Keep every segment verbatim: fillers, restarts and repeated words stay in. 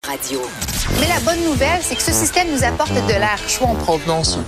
Radio. Mais la bonne nouvelle, c'est que ce système nous apporte de l'air chaud en provenance.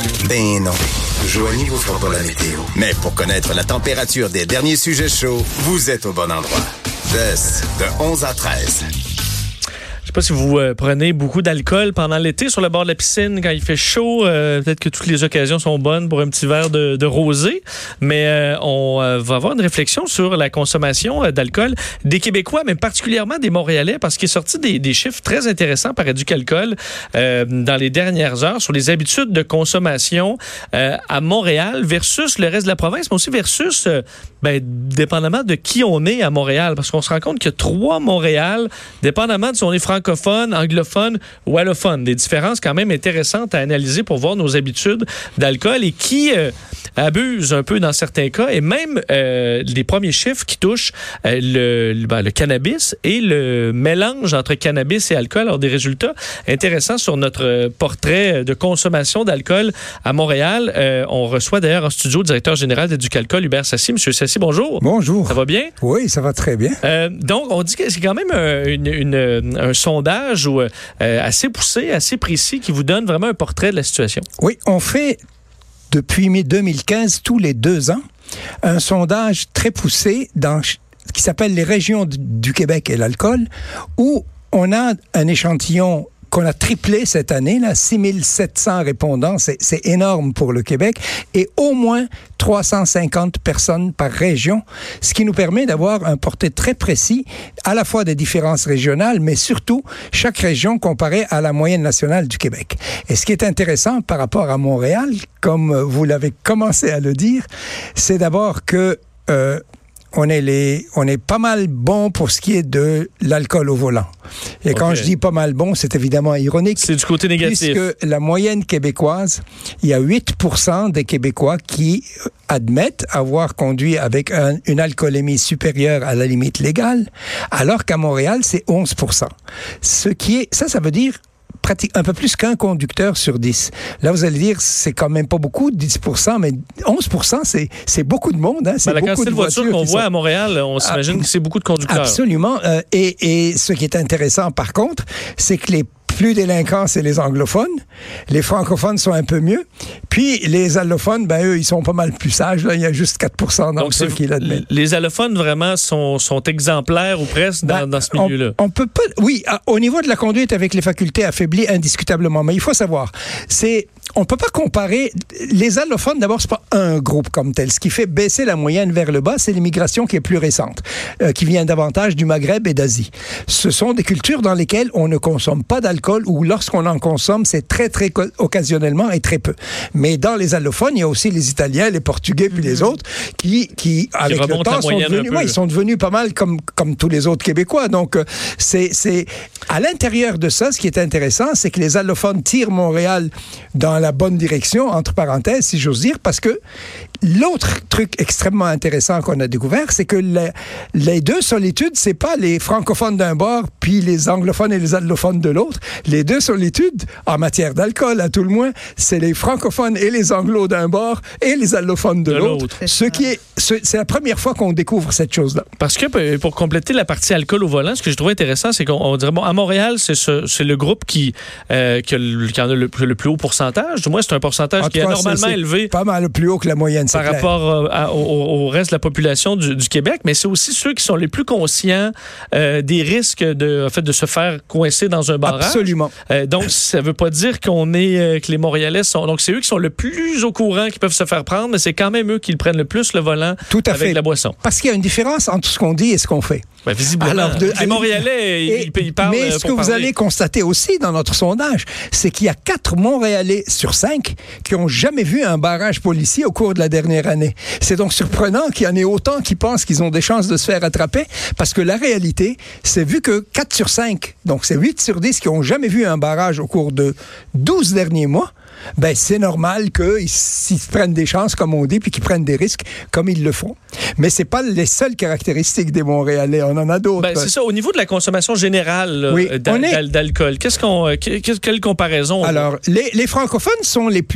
Ben non. Joignez vous fera pas la météo. Mais pour connaître la température des derniers sujets chauds, vous êtes au bon endroit. Test de onze à treize. Je sais pas si vous euh, prenez beaucoup d'alcool pendant l'été sur le bord de la piscine quand il fait chaud. Euh, peut-être que toutes les occasions sont bonnes pour un petit verre de, de rosé. Mais euh, on euh, va avoir une réflexion sur la consommation euh, d'alcool des Québécois, mais particulièrement des Montréalais, parce qu'il est sorti des, des chiffres très intéressants par Éducalcool euh, dans les dernières heures sur les habitudes de consommation euh, à Montréal versus le reste de la province, mais aussi versus, euh, ben, dépendamment de qui on est à Montréal. Parce qu'on se rend compte qu'il y a trois Montréal, dépendamment de si on est francophone, anglophone ou allophone. Des différences quand même intéressantes à analyser pour voir nos habitudes d'alcool et qui euh, abusent un peu dans certains cas. Et même euh, les premiers chiffres qui touchent euh, le, ben, le cannabis et le mélange entre cannabis et alcool. Alors, des résultats intéressants sur notre portrait de consommation d'alcool à Montréal. Euh, on reçoit d'ailleurs en studio le directeur général d'Éducalcool, Hubert Sassi. Monsieur Sassi, bonjour. Bonjour. Ça va bien? Oui, ça va très bien. Euh, donc, on dit que c'est quand même un, une, une, un sondage où, euh, assez poussé, assez précis, qui vous donne vraiment un portrait de la situation. Oui, on fait depuis deux mille quinze, tous les deux ans, un sondage très poussé dans, qui s'appelle les régions du, du Québec et l'alcool, où on a un échantillon qu'on a triplé cette année, là, six mille sept cents répondants, c'est, c'est énorme pour le Québec, et au moins trois cent cinquante personnes par région, ce qui nous permet d'avoir un portrait très précis, à la fois des différences régionales, mais surtout chaque région comparée à la moyenne nationale du Québec. Et ce qui est intéressant par rapport à Montréal, comme vous l'avez commencé à le dire, c'est d'abord que euh, On est, les, on est pas mal bon pour ce qui est de l'alcool au volant. Et okay. Quand je dis pas mal bon, c'est évidemment ironique. C'est du côté négatif. Puisque la moyenne québécoise, il y a huit pour cent des Québécois qui admettent avoir conduit avec un, une alcoolémie supérieure à la limite légale, alors qu'à Montréal, c'est onze pour cent. Ce qui est, ça, ça veut dire pratique, un peu plus qu'un conducteur sur dix. Là, vous allez dire, c'est quand même pas beaucoup, dix pour cent, mais onze pour cent, c'est, c'est beaucoup de monde. Hein? C'est ben, la beaucoup quantité de voitures qu'on voit sont... à Montréal, on s'imagine ah, que c'est beaucoup de conducteurs. Absolument. Euh, et, et ce qui est intéressant, par contre, c'est que les plus délinquants, c'est les anglophones. Les francophones sont un peu mieux. Puis, les allophones, ben eux, ils sont pas mal plus sages. Là. Il y a juste quatre pour cent d'entre eux qui l'admettent. Les allophones, vraiment, sont, sont exemplaires ou presque dans, ben, dans ce milieu-là. On, on peut pas... Oui, à, au niveau de la conduite avec les facultés affaiblies, indiscutablement. Mais il faut savoir, c'est... On ne peut pas comparer... Les allophones, d'abord, c'est pas un groupe comme tel. Ce qui fait baisser la moyenne vers le bas, c'est l'immigration qui est plus récente, euh, qui vient davantage du Maghreb et d'Asie. Ce sont des cultures dans lesquelles on ne consomme pas d'alcool ou lorsqu'on en consomme, c'est très, très occasionnellement et très peu. Mais dans les allophones, il y a aussi les Italiens, les Portugais, puis mmh. les autres qui, qui avec le temps, sont devenus, ouais, ils sont devenus pas mal comme, comme tous les autres Québécois. Donc, euh, c'est, c'est... À l'intérieur de ça, ce qui est intéressant, c'est que les allophones tirent Montréal dans la bonne direction, entre parenthèses, si j'ose dire, parce que l'autre truc extrêmement intéressant qu'on a découvert, c'est que les, les deux solitudes, c'est pas les francophones d'un bord, puis les anglophones et les allophones de l'autre. Les deux solitudes, en matière d'alcool, à tout le moins, c'est les francophones et les anglos d'un bord et les allophones de, de l'autre. l'autre. Ce qui est, ce, c'est la première fois qu'on découvre cette chose-là. Parce que, pour compléter la partie alcool au volant, ce que je trouve intéressant, c'est qu'on on dirait, bon, à Montréal, c'est, ce, c'est le groupe qui, euh, qui, a le, qui en a le, le plus haut pourcentage. Du moins, c'est un pourcentage en qui est cas, normalement c'est, c'est élevé. Pas mal plus haut que la moyenne, c'est par clair. rapport à, au, au reste de la population du, du Québec, mais c'est aussi ceux qui sont les plus conscients euh, des risques de, en fait, de se faire coincer dans un barrage. Absolument. Euh, donc, ça ne veut pas dire qu'on est, euh, que les Montréalais sont... Donc, c'est eux qui sont le plus au courant, qui peuvent se faire prendre, mais c'est quand même eux qui prennent le plus le volant Tout à avec fait. la boisson. Parce qu'il y a une différence entre ce qu'on dit et ce qu'on fait. Ben, visiblement. Alors, de, les Montréalais, et, ils, ils parlent Mais ce que vous parler. allez constater aussi dans notre sondage, c'est qu'il y a quatre Montréalais sur cinq qui n'ont jamais vu un barrage policier au cours de la dernière année. C'est donc surprenant qu'il y en ait autant qui pensent qu'ils ont des chances de se faire attraper, parce que la réalité, c'est vu que quatre sur cinq, donc c'est huit sur dix qui n'ont jamais vu un barrage au cours de douze derniers mois, ben c'est normal qu'ils s'ils prennent des chances, comme on dit, puis qu'ils prennent des risques, comme ils le font. Mais c'est pas les seules caractéristiques des Montréalais, on en a d'autres. Ben, c'est ça, au niveau de la consommation générale oui, d'al- est... d'alcool, qu'est-ce qu'on, qu'est-ce, quelle comparaison? Alors, les, les francophones sont les plus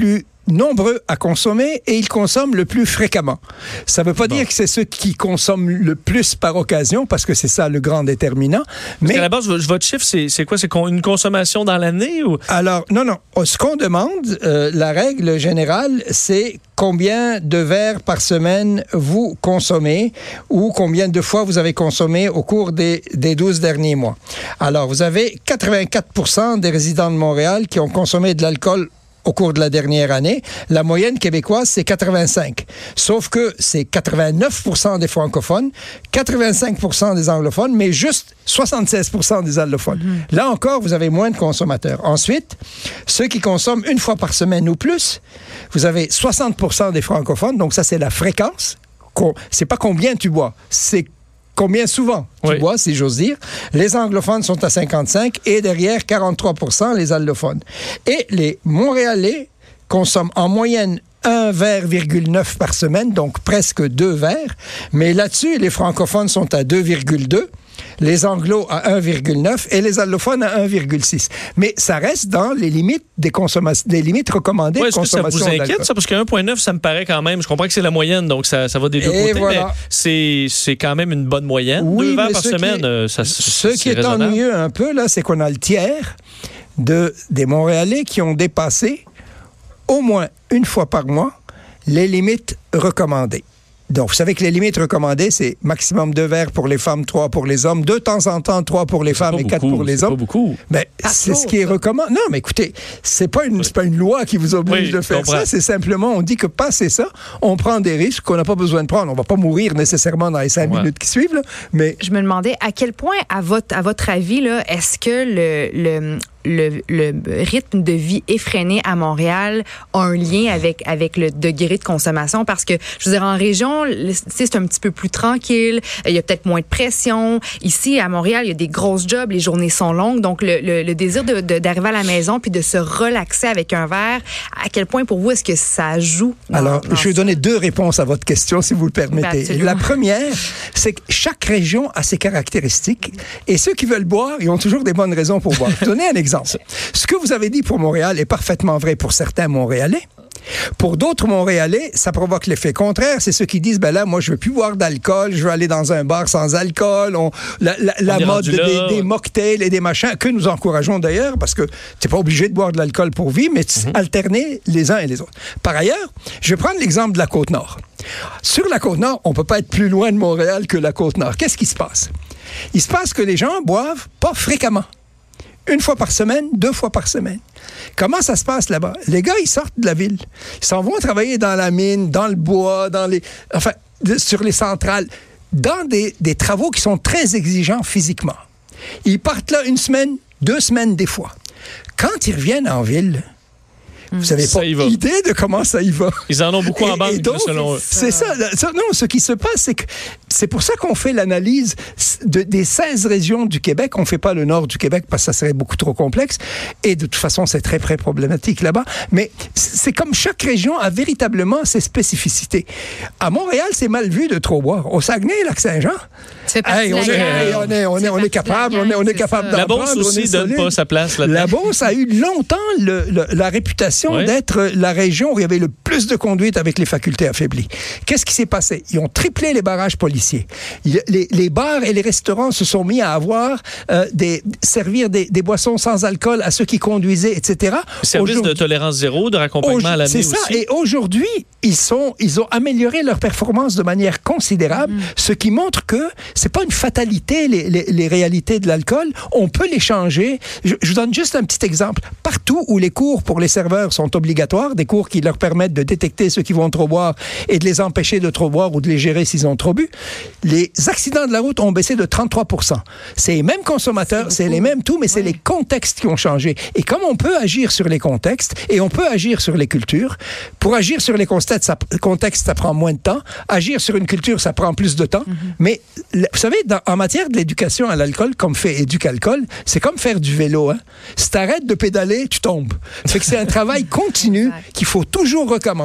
nombreux à consommer et ils consomment le plus fréquemment. Ça ne veut pas bon. dire que c'est ceux qui consomment le plus par occasion, parce que c'est ça le grand déterminant. Mais à la base, votre chiffre, c'est, c'est quoi? C'est une consommation dans l'année? Ou? Alors, non, non. Ce qu'on demande, euh, la règle générale, c'est combien de verres par semaine vous consommez ou combien de fois vous avez consommé au cours des, des douze derniers mois. Alors, vous avez quatre-vingt-quatre pour cent des résidents de Montréal qui ont consommé de l'alcool au cours de la dernière année. La moyenne québécoise, c'est quatre-vingt-cinq. Sauf que c'est quatre-vingt-neuf pour cent des francophones, quatre-vingt-cinq pour cent des anglophones, mais juste soixante-seize pour cent des allophones. Mm-hmm. Là encore, vous avez moins de consommateurs. Ensuite, ceux qui consomment une fois par semaine ou plus, vous avez soixante pour cent des francophones, donc ça, c'est la fréquence. C'est pas combien tu bois, c'est combien souvent tu oui. bois, si j'ose dire. Les anglophones sont à cinquante-cinq et derrière, quarante-trois pour cent les allophones. Et les Montréalais consomment en moyenne un verre virgule neuf par semaine, donc presque deux verres. Mais là-dessus, les francophones sont à deux virgule deux. Les anglos à un virgule neuf et les allophones à un virgule six. Mais ça reste dans les limites des consommations, des limites recommandées ouais, de consommation d'alcool. Est-ce que ça vous inquiète, d'alcool. ça? Parce que un virgule neuf, ça me paraît quand même, je comprends que c'est la moyenne, donc ça, ça va des deux et côtés, voilà. mais c'est, c'est quand même une bonne moyenne. Oui, deux verres par ce semaine, qui est, ça, ce c'est qui est raisonnable. ennuyeux un peu, là, c'est qu'on a le tiers de, des Montréalais qui ont dépassé au moins une fois par mois les limites recommandées. Donc, vous savez que les limites recommandées, c'est maximum deux verres pour les femmes, trois pour les hommes, de temps en temps, trois pour les femmes et quatre pour les c'est hommes. Pas beaucoup. Mais c'est ce qui est recommandé. Non, mais écoutez, c'est pas une, c'est pas une loi qui vous oblige oui, de faire ça. C'est simplement, on dit que passer ça, on prend des risques qu'on n'a pas besoin de prendre. On va pas mourir nécessairement dans les cinq ouais. minutes qui suivent, là, mais... Je me demandais, à quel point, à votre, à votre avis, là, est-ce que le... le Le, le rythme de vie effréné à Montréal a un lien avec avec le degré de consommation? Parce que, je veux dire, en région, c'est un petit peu plus tranquille, il y a peut-être moins de pression. Ici, à Montréal, il y a des grosses jobs, les journées sont longues, donc le, le, le désir de, de, d'arriver à la maison puis de se relaxer avec un verre, à quel point, pour vous, est-ce que ça joue? Dans, Alors, dans je vais donner deux réponses à votre question, si vous le permettez. Ben, la première, c'est que chaque région a ses caractéristiques et ceux qui veulent boire, ils ont toujours des bonnes raisons pour boire. Je vais donner un exemple. Ce que vous avez dit pour Montréal est parfaitement vrai pour certains Montréalais. Pour d'autres Montréalais, ça provoque l'effet contraire. C'est ceux qui disent, ben là, moi, je veux plus boire d'alcool, je veux aller dans un bar sans alcool. On, la la, la mode des, des mocktails et des machins, que nous encourageons d'ailleurs, parce que tu n'es pas obligé de boire de l'alcool pour vivre, mais mm-hmm. alterner les uns et les autres. Par ailleurs, je vais prendre l'exemple de la Côte-Nord. Sur la Côte-Nord, on ne peut pas être plus loin de Montréal que la Côte-Nord. Qu'est-ce qui se passe? Il se passe que les gens boivent pas fréquemment. Une fois par semaine, deux fois par semaine. Comment ça se passe là-bas? Les gars, ils sortent de la ville. Ils s'en vont travailler dans la mine, dans le bois, dans les, enfin, de, sur les centrales, dans des, des travaux qui sont très exigeants physiquement. Ils partent là une semaine, deux semaines des fois. Quand ils reviennent en ville, vous n'avez pas idée de comment ça y va. Ils en ont beaucoup en banque, donc, selon eux. C'est ça. ça. Non, ce qui se passe, c'est que c'est pour ça qu'on fait l'analyse de, des seize régions du Québec. On ne fait pas le nord du Québec parce que ça serait beaucoup trop complexe. Et de toute façon, c'est très, très problématique là-bas. Mais c'est comme chaque région a véritablement ses spécificités. À Montréal, c'est mal vu de trop boire. Au Saguenay, Lac-Saint-Jean, hey, on, est, hey, on, est, on, est, on est capable, on est, on est capable d'en prendre. La Beauce aussi donne pas sa place là-dedans. La Beauce a eu longtemps le, le, la réputation oui. d'être la région où il y avait le plus de conduite avec les facultés affaiblies. Qu'est-ce qui s'est passé? Ils ont triplé les barrages policiers. Les, les bars et les restaurants se sont mis à avoir euh, des servir des, des boissons sans alcool à ceux qui conduisaient, et cetera. Service de tolérance zéro, de raccompagnement à la nuit aussi. C'est ça. Et aujourd'hui, ils sont, ils ont amélioré leur performance de manière considérable, mmh. ce qui montre que c'est pas une fatalité les, les, les réalités de l'alcool. On peut les changer. Je, je vous donne juste un petit exemple. Partout où les cours pour les serveurs sont obligatoires, des cours qui leur permettent de détecter ceux qui vont trop boire et de les empêcher de trop boire ou de les gérer s'ils ont trop bu, les accidents de la route ont baissé de trente-trois pour cent. C'est les mêmes consommateurs, c'est, c'est les mêmes tout, mais c'est oui. les contextes qui ont changé. Et comme on peut agir sur les contextes et on peut agir sur les cultures, pour agir sur les contextes, ça, contextes, ça prend moins de temps. Agir sur une culture, ça prend plus de temps. Mm-hmm. Mais vous savez, dans, en matière de l'éducation à l'alcool, comme fait Éducalcool, c'est comme faire du vélo. Hein? Si t'arrêtes de pédaler, tu tombes. Fait que c'est un travail continu qu'il faut toujours recommencer.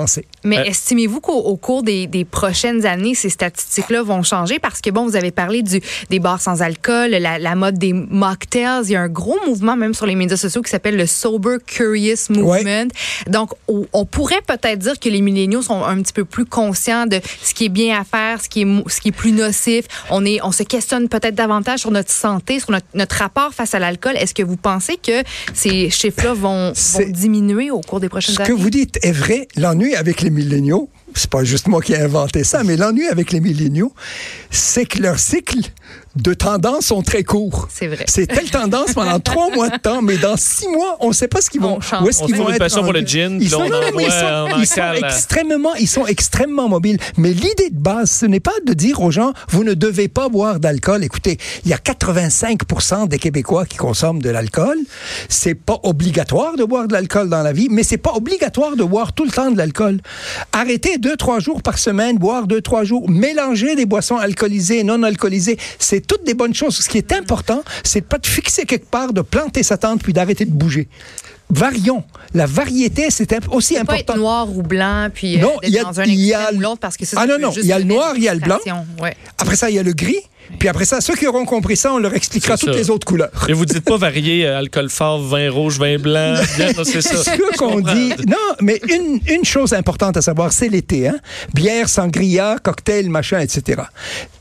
Mais Euh, estimez-vous qu'au au cours des, des prochaines années, ces statistiques-là vont changer? Parce que, bon, vous avez parlé du, des bars sans alcool, la, la mode des mocktails. Il y a un gros mouvement, même sur les médias sociaux, qui s'appelle le Sober Curious Movement. Ouais. Donc, on, on pourrait peut-être dire que les milléniaux sont un petit peu plus conscients de ce qui est bien à faire, ce qui est, ce qui est plus nocif. On, est, on se questionne peut-être davantage sur notre santé, sur notre, notre rapport face à l'alcool. Est-ce que vous pensez que ces chiffres-là vont, vont diminuer au cours des prochaines Ce années? Ce que vous dites est vrai. L'ennui avec les milléniaux, c'est pas juste moi qui ai inventé ça, mais l'ennui avec les milléniaux, c'est que leur cycle de tendance sont très courts. C'est vrai. C'est telle tendance pendant trois mois de temps, mais dans six mois, on ne sait pas ce qu'ils vont. Où est-ce qu'ils vont être? Passion pour le gin, ils sont, non, non, ils sont, ils sont extrêmement, ils sont extrêmement mobiles. Mais l'idée de base, ce n'est pas de dire aux gens, vous ne devez pas boire d'alcool. Écoutez, il y a quatre-vingt-cinq pour cent des Québécois qui consomment de l'alcool. C'est pas obligatoire de boire de l'alcool dans la vie, mais c'est pas obligatoire de boire tout le temps de l'alcool. Arrêtez deux, trois jours par semaine, boire deux, trois jours, mélanger des boissons alcoolisées et non alcoolisées. C'est toutes des bonnes choses. Ce qui est important, c'est de pas te fixer quelque part, de planter sa tente puis d'arrêter de bouger. Varions. La variété, c'est aussi c'est important. Pas être noir ou blanc, puis non, euh, dans un extrême ou l'autre, parce que ça, ah ça non, non, il y a le noir, il y a le blanc. Ouais. Après ça, il y a le gris. Puis après ça, ceux qui auront compris ça, on leur expliquera c'est toutes ça. Les autres couleurs. Et vous dites pas varier euh, alcool fort, vin rouge, vin blanc. Bien, non, c'est ça. Ce qu'on dit. Non, mais une, une chose importante à savoir, c'est l'été. Hein? Bière, sangria, cocktail, machin, et cetera.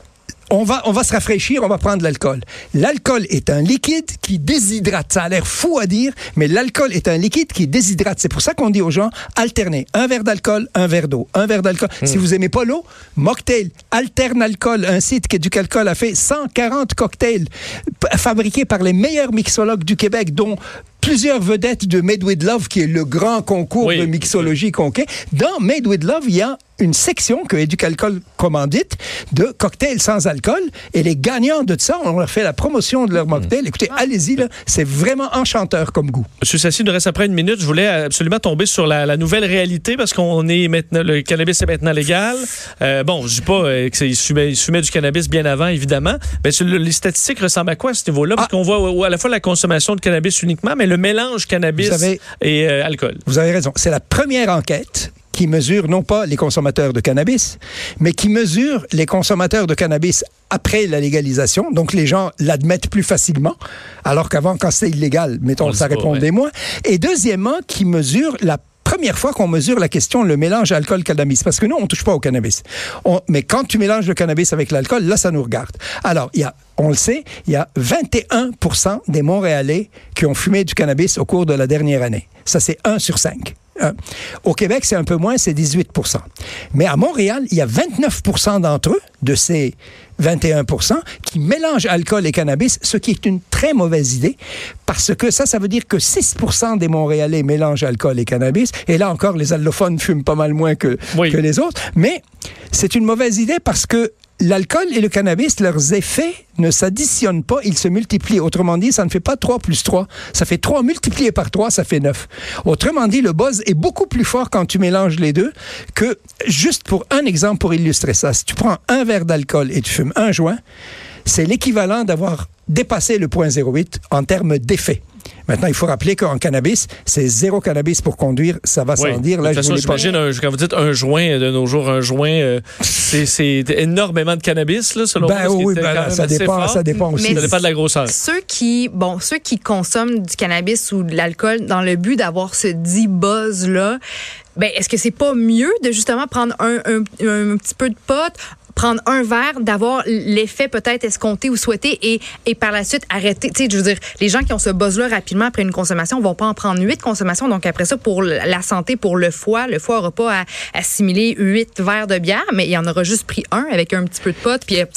On va, on va se rafraîchir, on va prendre de l'alcool. L'alcool est un liquide qui déshydrate. Ça a l'air fou à dire, mais l'alcool est un liquide qui déshydrate. C'est pour ça qu'on dit aux gens, alternez. Un verre d'alcool, un verre d'eau. Un verre d'alcool. Mmh. Si vous aimez pas l'eau, mocktail, alterne alcool. Un site qui Éduc'Alcool a fait cent quarante cocktails fabriqués par les meilleurs mixologues du Québec, dont plusieurs vedettes de Made with Love, qui est le grand concours oui. de mixologie qu'on fait. Dans Made with Love, il y a une section que Éduc'Alcool commandite de cocktails sans alcool. Et les gagnants de ça, on leur fait la promotion de leur mocktail. Mmh. Écoutez, ah. allez-y, là, c'est vraiment enchanteur comme goût. Monsieur Sassi, il nous reste après une minute. Je voulais absolument tomber sur la, la nouvelle réalité parce qu'on est maintenant, le cannabis est maintenant légal. Euh, bon, je dis pas euh, qu'il fumait, fumait du cannabis bien avant, évidemment. Mais le, les statistiques ressemblent à quoi à ce niveau-là? Parce ah. qu'on voit à la fois la consommation de cannabis uniquement, mais le mélange cannabis avez, et euh, alcool. Vous avez raison. C'est la première enquête qui mesure non pas les consommateurs de cannabis, mais qui mesure les consommateurs de cannabis après la légalisation. Donc, les gens l'admettent plus facilement, alors qu'avant, quand c'était illégal, mettons, ça répondait ouais. moins. Et deuxièmement, qui mesure la première fois qu'on mesure la question, le mélange alcool-cannabis. Parce que nous, on ne touche pas au cannabis. On, mais quand tu mélanges le cannabis avec l'alcool, là, ça nous regarde. Alors, il y a, on le sait, il y a vingt et un pour cent des Montréalais qui ont fumé du cannabis au cours de la dernière année. Ça, c'est un sur cinq. Euh, au Québec, c'est un peu moins, c'est dix-huit pour cent. Mais à Montréal, il y a vingt-neuf pour cent d'entre eux, de ces vingt et un pour cent, qui mélangent alcool et cannabis, ce qui est une très mauvaise idée, parce que ça, ça veut dire que six pour cent des Montréalais mélangent alcool et cannabis, et là encore, les allophones fument pas mal moins que, oui. que les autres, mais c'est une mauvaise idée parce que l'alcool et le cannabis, leurs effets ne s'additionnent pas, ils se multiplient. Autrement dit, ça ne fait pas trois plus trois. Ça fait trois multiplié par trois, ça fait neuf. Autrement dit, le buzz est beaucoup plus fort quand tu mélanges les deux que, juste pour un exemple pour illustrer ça, si tu prends un verre d'alcool et tu fumes un joint, c'est l'équivalent d'avoir dépassé le point zéro huit en termes d'effet. Maintenant, il faut rappeler qu'en cannabis, c'est zéro cannabis pour conduire, ça va oui. sans dire. Là, de toute façon, j'imagine, pas... un, quand vous dites un joint, de nos jours, un joint, euh, c'est, c'est énormément de cannabis, là, selon ben, moi. Oui, ben, là, ça, dépend, ça dépend aussi. Mais ça dépend de la grosseur. Ceux qui, bon, ceux qui consomment du cannabis ou de l'alcool dans le but d'avoir ce dit buzz-là, ben, est-ce que c'est pas mieux de justement prendre un, un, un, un petit peu de pot, prendre un verre, d'avoir l'effet peut-être escompté ou souhaité et, et par la suite arrêter. Tu sais, je veux dire, les gens qui ont ce buzz-là rapidement après une consommation vont pas en prendre huit consommations. Donc après ça, pour la santé, pour le foie, le foie n'aura pas à assimiler huit verres de bière, mais il en aura juste pris un avec un petit peu de pot. Puis